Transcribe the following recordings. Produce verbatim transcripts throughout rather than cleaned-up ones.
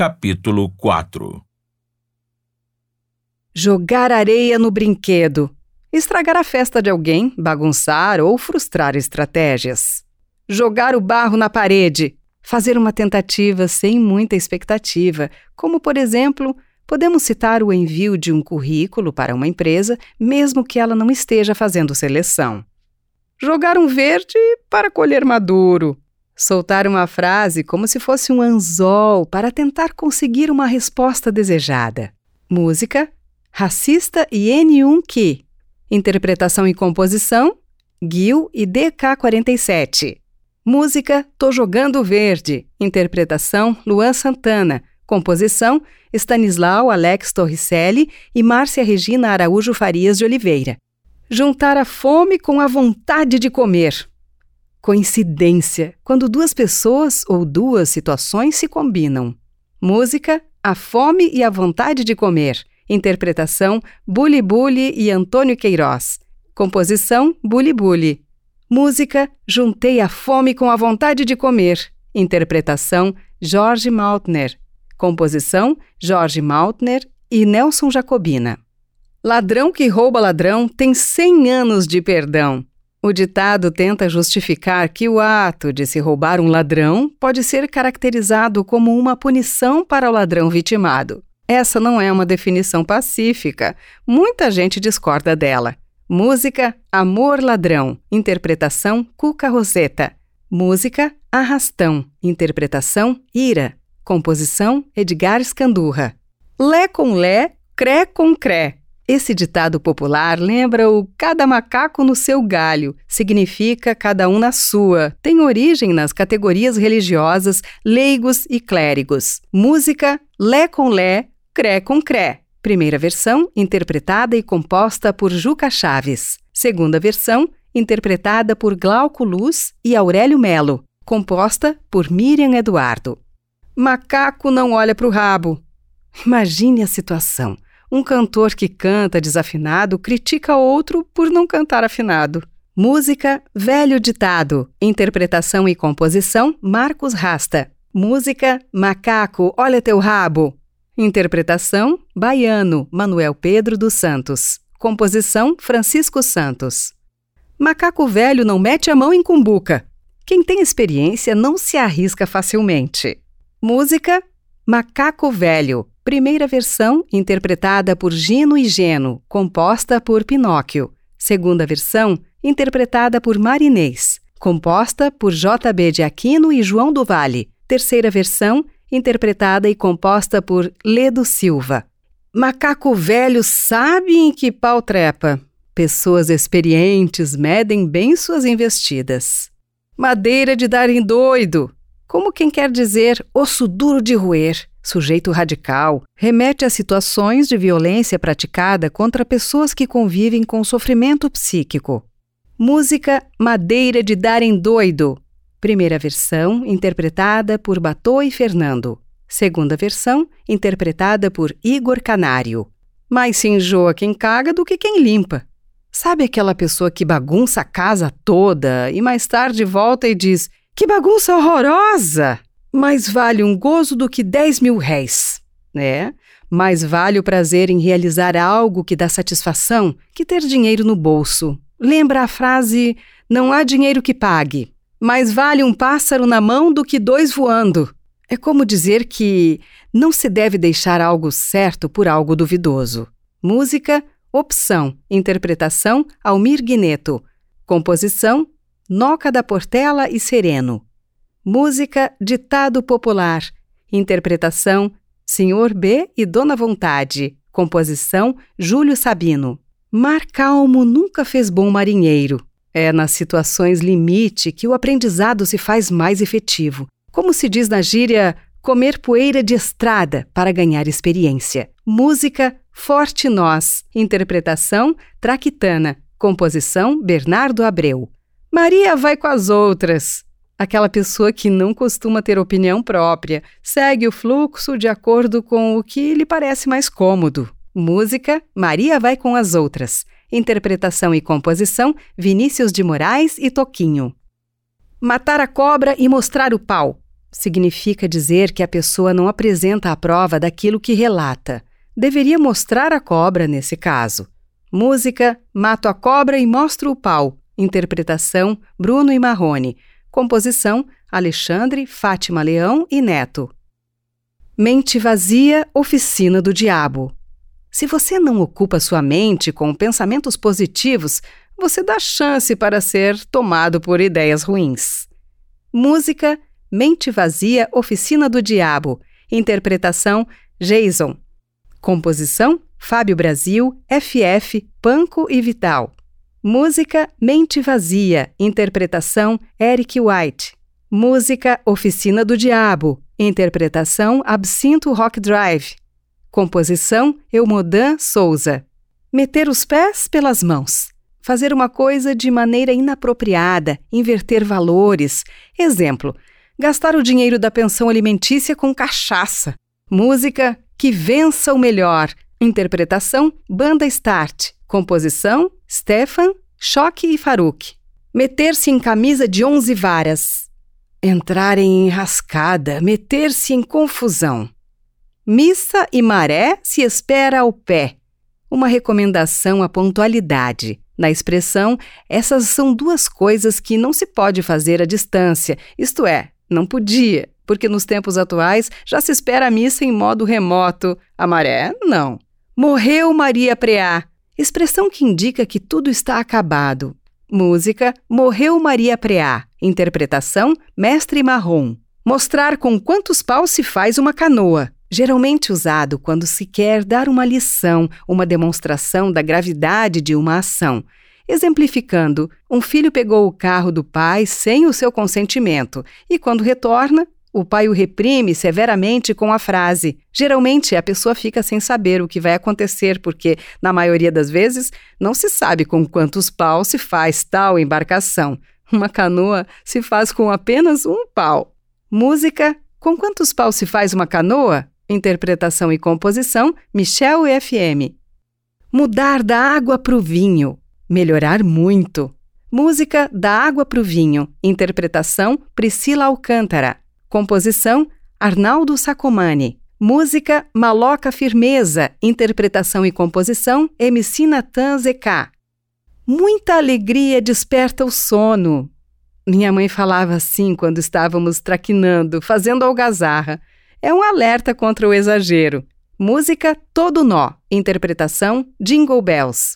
Capítulo quatro. Jogar areia no brinquedo. Estragar a festa de alguém, bagunçar ou frustrar estratégias. Jogar o barro na parede. Fazer uma tentativa sem muita expectativa, como, por exemplo, podemos citar o envio de um currículo para uma empresa, mesmo que ela não esteja fazendo seleção. Jogar um verde para colher maduro. Soltar uma frase como se fosse um anzol para tentar conseguir uma resposta desejada. Música, Racista e N um Que. Interpretação e composição, Gil e D K quarenta e sete. Música, Tô Jogando Verde. Interpretação, Luan Santana. Composição, Stanislau Alex Torricelli e Márcia Regina Araújo Farias de Oliveira. Juntar a fome com a vontade de comer. Coincidência, quando duas pessoas ou duas situações se combinam. Música, A Fome e a Vontade de Comer. Interpretação, Bully Bully e Antônio Queiroz. Composição, Bully Bully. Música, Juntei a Fome com a Vontade de Comer. Interpretação, Jorge Maltner. Composição, Jorge Maltner e Nelson Jacobina. Ladrão que rouba ladrão tem cem anos de perdão. O ditado tenta justificar que o ato de se roubar um ladrão pode ser caracterizado como uma punição para o ladrão vitimado. Essa não é uma definição pacífica. Muita gente discorda dela. Música, Amor Ladrão. Interpretação, Cuca Roseta. Música, Arrastão. Interpretação, Ira. Composição, Edgar Escandurra. Lé com lé, cré com cré. Esse ditado popular lembra o cada macaco no seu galho, significa cada um na sua, tem origem nas categorias religiosas, leigos e clérigos. Música, Lé com lé, cré com cré. Primeira versão, interpretada e composta por Juca Chaves. Segunda versão, interpretada por Glauco Luz e Aurélio Melo, composta por Miriam Eduardo. Macaco não olha para o rabo. Imagine a situação. Um cantor que canta desafinado critica outro por não cantar afinado. Música, Velho Ditado. Interpretação e composição, Marcos Rasta. Música, Macaco, olha teu rabo. Interpretação, Baiano, Manuel Pedro dos Santos. Composição, Francisco Santos. Macaco velho não mete a mão em cumbuca. Quem tem experiência não se arrisca facilmente. Música, Macaco Velho. Primeira versão, interpretada por Gino e Geno, composta por Pinóquio. Segunda versão, interpretada por Marinês, composta por J B de Aquino e João do Vale. Terceira versão, interpretada e composta por Ledo Silva. Macaco velho sabe em que pau trepa. Pessoas experientes medem bem suas investidas. Madeira de dar em doido. Como quem quer dizer osso duro de roer. Sujeito radical, remete a situações de violência praticada contra pessoas que convivem com sofrimento psíquico. Música, Madeira de dar em doido. Primeira versão, interpretada por Batô e Fernando. Segunda versão, interpretada por Igor Canário. Mais se enjoa quem caga do que quem limpa. Sabe aquela pessoa que bagunça a casa toda e mais tarde volta e diz: "Que bagunça horrorosa!" Mais vale um gozo do que dez mil réis, né? Mais vale o prazer em realizar algo que dá satisfação que ter dinheiro no bolso. Lembra a frase, não há dinheiro que pague. Mais vale um pássaro na mão do que dois voando. É como dizer que não se deve deixar algo certo por algo duvidoso. Música, Opção. Interpretação, Almir Guineto. Composição, Noca da Portela e Sereno. Música, Ditado Popular. Interpretação, Senhor B e Dona Vontade. Composição, Júlio Sabino. Mar calmo nunca fez bom marinheiro. É nas situações limite que o aprendizado se faz mais efetivo. Como se diz na gíria, comer poeira de estrada para ganhar experiência. Música, Forte Nós. Interpretação, Traquitana. Composição, Bernardo Abreu. Maria vai com as outras. Aquela pessoa que não costuma ter opinião própria, segue o fluxo de acordo com o que lhe parece mais cômodo. Música, Maria vai com as outras. Interpretação e composição, Vinícius de Moraes e Toquinho. Matar a cobra e mostrar o pau. significa dizer que a pessoa não apresenta a prova daquilo que relata. Deveria mostrar a cobra nesse caso. Música, Mato a Cobra e Mostro o Pau. Interpretação, Bruno e Marrone. Composição, Alexandre, Fátima Leão e Neto. Mente vazia, oficina do diabo. Se você não ocupa sua mente com pensamentos positivos, você dá chance para ser tomado por ideias ruins. Música, Mente vazia, oficina do diabo. Interpretação, Jason. Composição, Fábio Brasil, F F, Panco e Vital. Música, Mente vazia. Interpretação, Eric White. Música, Oficina do Diabo. Interpretação, Absinto Rock Drive. Composição, Elmodan Souza. Meter os pés pelas mãos. Fazer uma coisa de maneira inapropriada, inverter valores. Exemplo, gastar o dinheiro da pensão alimentícia com cachaça. Música, Que Vença o Melhor. Interpretação, Banda Start. Composição, Stefan, Choque e Faruque. Meter-se em camisa de onze varas. Entrar em enrascada, meter-se em confusão. Missa e maré se espera ao pé. Uma recomendação à pontualidade. Na expressão, essas são duas coisas que não se pode fazer à distância, isto é, não podia, porque nos tempos atuais já se espera a missa em modo remoto. A maré, não. Morreu Maria Preá. Expressão que indica que tudo está acabado. Música, Morreu Maria Preá. Interpretação, Mestre Marrom. Mostrar com quantos paus se faz uma canoa. Geralmente usado quando se quer dar uma lição, uma demonstração da gravidade de uma ação. Exemplificando, um filho pegou o carro do pai sem o seu consentimento e, quando retorna, o pai o reprime severamente com a frase. Geralmente, a pessoa fica sem saber o que vai acontecer porque, na maioria das vezes, não se sabe com quantos paus se faz tal embarcação. Uma canoa se faz com apenas um pau. Música, Com quantos paus se faz uma canoa? Interpretação e composição, Michel e F M. Mudar da água pro vinho. Melhorar muito. Música, Da Água pro Vinho. Interpretação, Priscila Alcântara. Composição, Arnaldo Sacomani. Música, Maloca Firmeza. Interpretação e composição, M C Natan Z K. Muita alegria desperta o sono. Minha mãe falava assim quando estávamos traquinando, fazendo algazarra. É um alerta contra o exagero. Música, Todo Nó. Interpretação, Jingle Bells.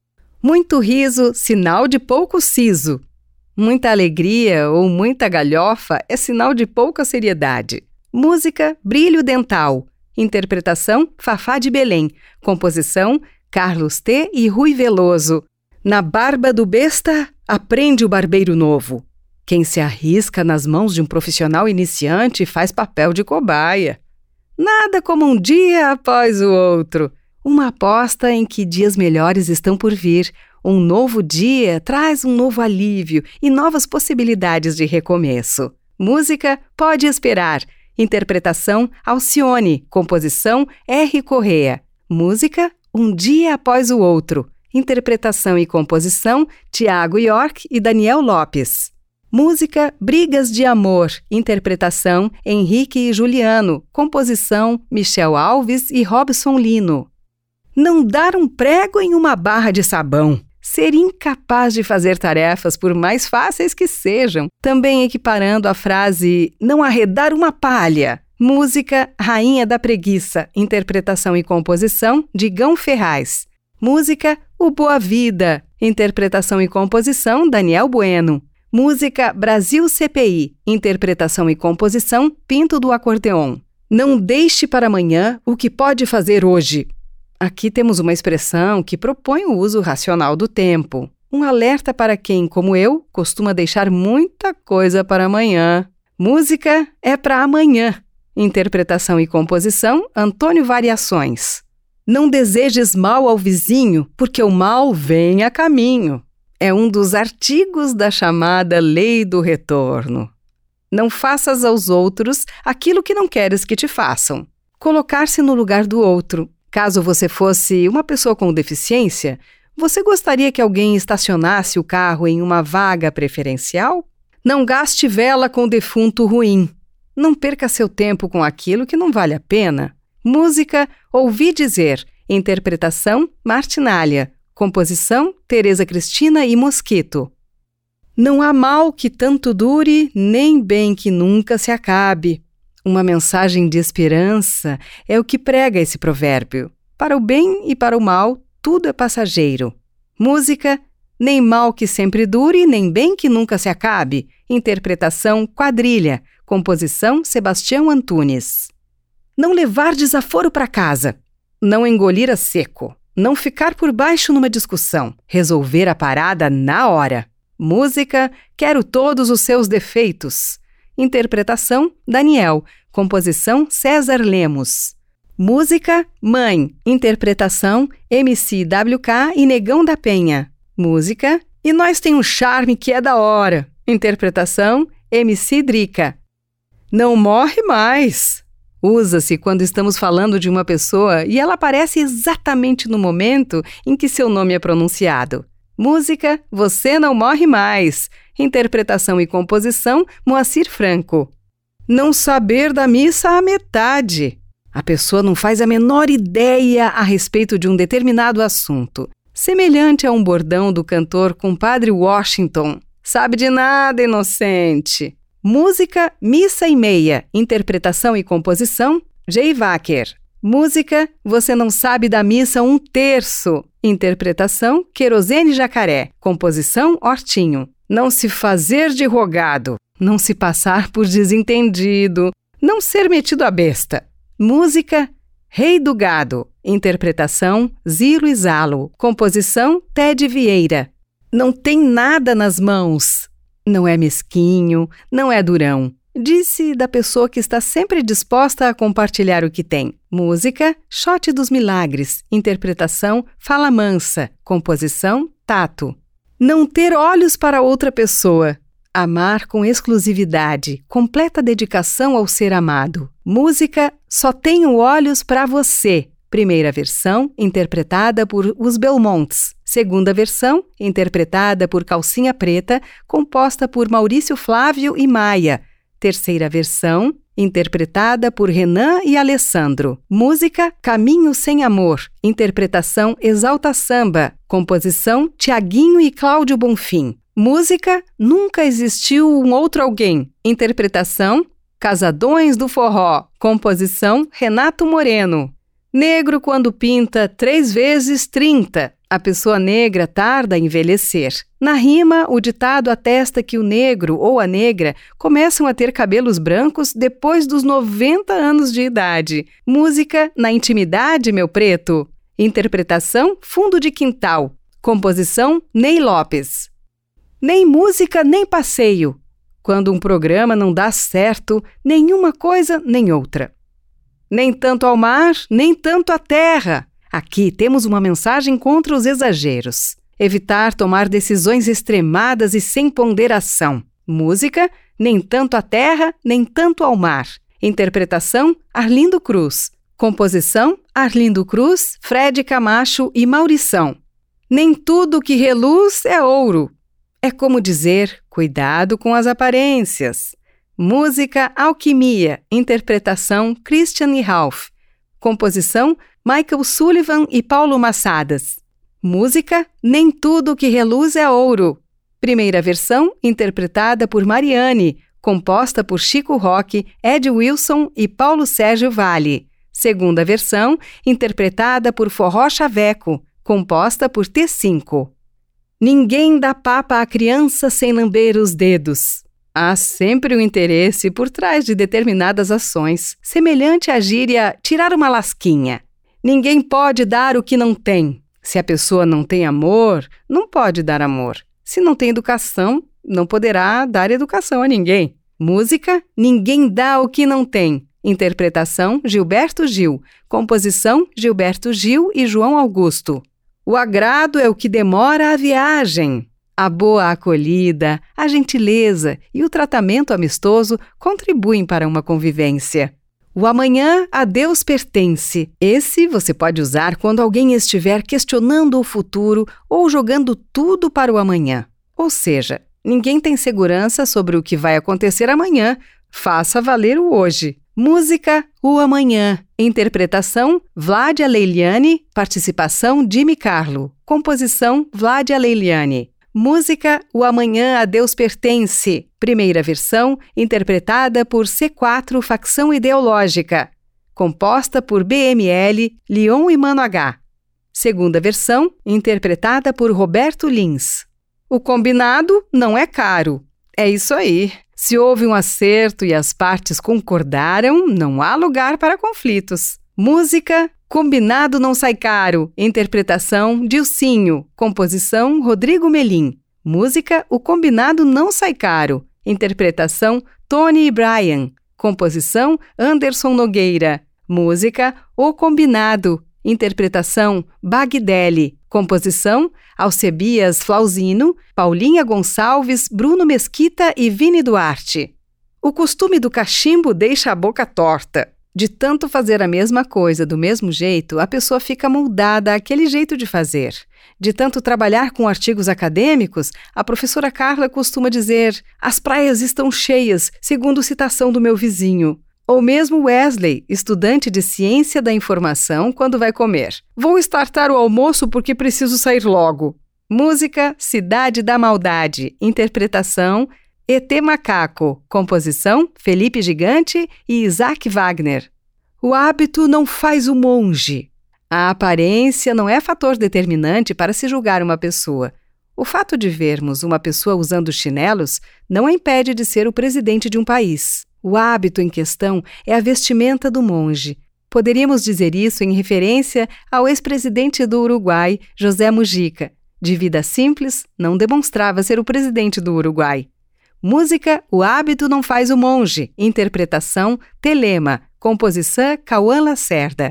Muito riso, sinal de pouco siso. Muita alegria ou muita galhofa é sinal de pouca seriedade. Música, Brilho Dental. Interpretação, Fafá de Belém. Composição, Carlos T. e Rui Veloso. Na barba do besta, aprende o barbeiro novo. Quem se arrisca nas mãos de um profissional iniciante faz papel de cobaia. Nada como um dia após o outro. Uma aposta em que dias melhores estão por vir. Um novo dia traz um novo alívio e novas possibilidades de recomeço. Música, Pode Esperar. Interpretação, Alcione. Composição, R. Correa. Música, Um Dia Após o Outro. Interpretação e composição, Tiago York e Daniel Lopes. Música, Brigas de Amor. Interpretação, Henrique e Juliano. Composição, Michel Alves e Robson Lino. Não dar um prego em uma barra de sabão. Ser incapaz de fazer tarefas por mais fáceis que sejam. Também equiparando a frase, não arredar uma palha. Música, Rainha da Preguiça. Interpretação e composição, Digão Ferraz. Música, O Boa Vida. Interpretação e composição, Daniel Bueno. Música, Brasil C P I. Interpretação e composição, Pinto do Acordeon. Não deixe para amanhã o que pode fazer hoje. Aqui temos uma expressão que propõe o uso racional do tempo. Um alerta para quem, como eu, costuma deixar muita coisa para amanhã. Música é para amanhã. Interpretação e composição, Antônio Variações. Não desejes mal ao vizinho, porque o mal vem a caminho. É um dos artigos da chamada Lei do Retorno. Não faças aos outros aquilo que não queres que te façam. Colocar-se no lugar do outro. Caso você fosse uma pessoa com deficiência, você gostaria que alguém estacionasse o carro em uma vaga preferencial? Não gaste vela com defunto ruim. Não perca seu tempo com aquilo que não vale a pena. Música, ouvi dizer. Interpretação, Martinália. Composição, Tereza Cristina e Mosquito. Não há mal que tanto dure, nem bem que nunca se acabe. Uma mensagem de esperança é o que prega esse provérbio. Para o bem e para o mal, tudo é passageiro. Música, nem mal que sempre dure, nem bem que nunca se acabe. Interpretação, Quadrilha. Composição, Sebastião Antunes. Não levar desaforo para casa. Não engolir a seco. Não ficar por baixo numa discussão. Resolver a parada na hora. Música, Quero Todos os Seus Defeitos. Interpretação, Daniel. Composição, César Lemos. Música, Mãe. Interpretação, M C W K e Negão da Penha. Música, E Nós Tem um Charme que é da hora. Interpretação, M C Drica. Não morre mais. Usa-se quando estamos falando de uma pessoa e ela aparece exatamente no momento em que seu nome é pronunciado. Música, Você Não Morre Mais. Interpretação e composição, Moacir Franco. Não saber da missa à metade. A pessoa não faz a menor ideia a respeito de um determinado assunto. Semelhante a um bordão do cantor Compadre Washington. Sabe de nada, inocente. Música, Missa e Meia. Interpretação e composição, Jay Wacker. Música, Você Não Sabe da Missa um Terço. Interpretação, Querosene Jacaré. Composição, Hortinho. Não se fazer de rogado. Não se passar por desentendido. Não ser metido a besta. Música, Rei do Gado. Interpretação, Zilo e Zalo. Composição, Ted Vieira. Não tem nada nas mãos. Não é mesquinho, não é durão. Disse da pessoa que está sempre disposta a compartilhar o que tem. Música, Shot dos Milagres. Interpretação, Fala Mansa. Composição, Tato. Não ter olhos para outra pessoa. Amar com exclusividade, completa dedicação ao ser amado. Música, Só Tenho Olhos para Você. Primeira versão, interpretada por Os Belmontes. Segunda versão, interpretada por Calcinha Preta, composta por Maurício Flávio e Maia. Terceira versão, interpretada por Renan e Alessandro. Música, Caminho Sem Amor. Interpretação, Exalta Samba. Composição, Tiaguinho e Cláudio Bonfim. Música, Nunca Existiu um Outro Alguém. Interpretação, Casadões do Forró. Composição, Renato Moreno. Negro quando pinta três vezes trinta. A pessoa negra tarda a envelhecer. Na rima, o ditado atesta que o negro ou a negra começam a ter cabelos brancos depois dos noventa anos de idade. Música, Na Intimidade, Meu Preto. Interpretação, Fundo de Quintal. Composição, Ney Lopes. Nem música, nem passeio. Quando um programa não dá certo, nenhuma coisa nem outra. Nem tanto ao mar, nem tanto à terra. Aqui temos uma mensagem contra os exageros. Evitar tomar decisões extremadas e sem ponderação. Música, Nem Tanto à Terra, Nem Tanto ao Mar. Interpretação, Arlindo Cruz. Composição, Arlindo Cruz, Fred Camacho e Maurição. Nem tudo que reluz é ouro. É como dizer, cuidado com as aparências. Música, Alquimia. Interpretação, Christian e Ralph. Composição, Michael Sullivan e Paulo Massadas. Música, Nem Tudo que Reluz é Ouro. Primeira versão, interpretada por Mariane, composta por Chico Roque, Ed Wilson e Paulo Sérgio Vale. Segunda versão, interpretada por Forró Chaveco, composta por T cinco. Ninguém dá papa à criança sem lamber os dedos. Há sempre o interesse por trás de determinadas ações, semelhante à gíria tirar uma lasquinha. Ninguém pode dar o que não tem. Se a pessoa não tem amor, não pode dar amor. Se não tem educação, não poderá dar educação a ninguém. Música, Ninguém dá o que não tem. Interpretação, Gilberto Gil. Composição, Gilberto Gil e João Augusto. O agrado é o que demora a viagem. A boa acolhida, a gentileza e o tratamento amistoso contribuem para uma convivência. O amanhã a Deus pertence. Esse você pode usar quando alguém estiver questionando o futuro ou jogando tudo para o amanhã. Ou seja, ninguém tem segurança sobre o que vai acontecer amanhã, faça valer o hoje. Música, o amanhã. Interpretação, Vládia Leiliani. Participação, Jimmy Carlo. Composição, Vládia Leiliani. Música, o amanhã a Deus pertence. Primeira versão, interpretada por C quatro Facção Ideológica. Composta por B M L, Lyon e Mano H. Segunda versão, interpretada por Roberto Lins. O combinado não é caro. É isso aí. Se houve um acerto e as partes concordaram, não há lugar para conflitos. Música, Combinado Não Sai Caro. Interpretação, Dilcinho. Composição, Rodrigo Melim. Música, O Combinado Não Sai Caro. Interpretação, Tony e Brian. Composição, Anderson Nogueira. Música, O Combinado. Interpretação, Bagdelli. Composição, Alcebias Flauzino, Paulinha Gonçalves, Bruno Mesquita e Vini Duarte. O costume do cachimbo deixa a boca torta. De tanto fazer a mesma coisa do mesmo jeito, a pessoa fica moldada àquele jeito de fazer. De tanto trabalhar com artigos acadêmicos, a professora Carla costuma dizer: as praias estão cheias, segundo citação do meu vizinho. Ou mesmo Wesley, estudante de ciência da informação, quando vai comer: vou startar o almoço porque preciso sair logo. Música, Cidade da Maldade. Interpretação, E T Macaco. Composição, Felipe Gigante e Isaac Wagner. O hábito não faz o monge. A aparência não é fator determinante para se julgar uma pessoa. O fato de vermos uma pessoa usando chinelos não a impede de ser o presidente de um país. O hábito em questão é a vestimenta do monge. Poderíamos dizer isso em referência ao ex-presidente do Uruguai, José Mujica. De vida simples, não demonstrava ser o presidente do Uruguai. Música, O Hábito Não Faz o Monge. Interpretação, Telema. Composição, Cauã Lacerda.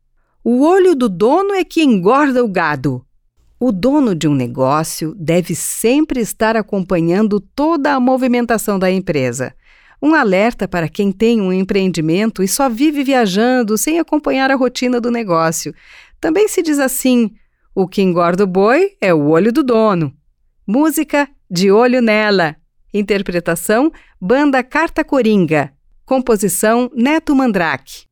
O olho do dono é que engorda o gado. O dono de um negócio deve sempre estar acompanhando toda a movimentação da empresa. Um alerta para quem tem um empreendimento e só vive viajando sem acompanhar a rotina do negócio. Também se diz assim: o que engorda o boi é o olho do dono. Música, De Olho Nela. Interpretação, Banda Carta Coringa. Composição, Neto Mandrake.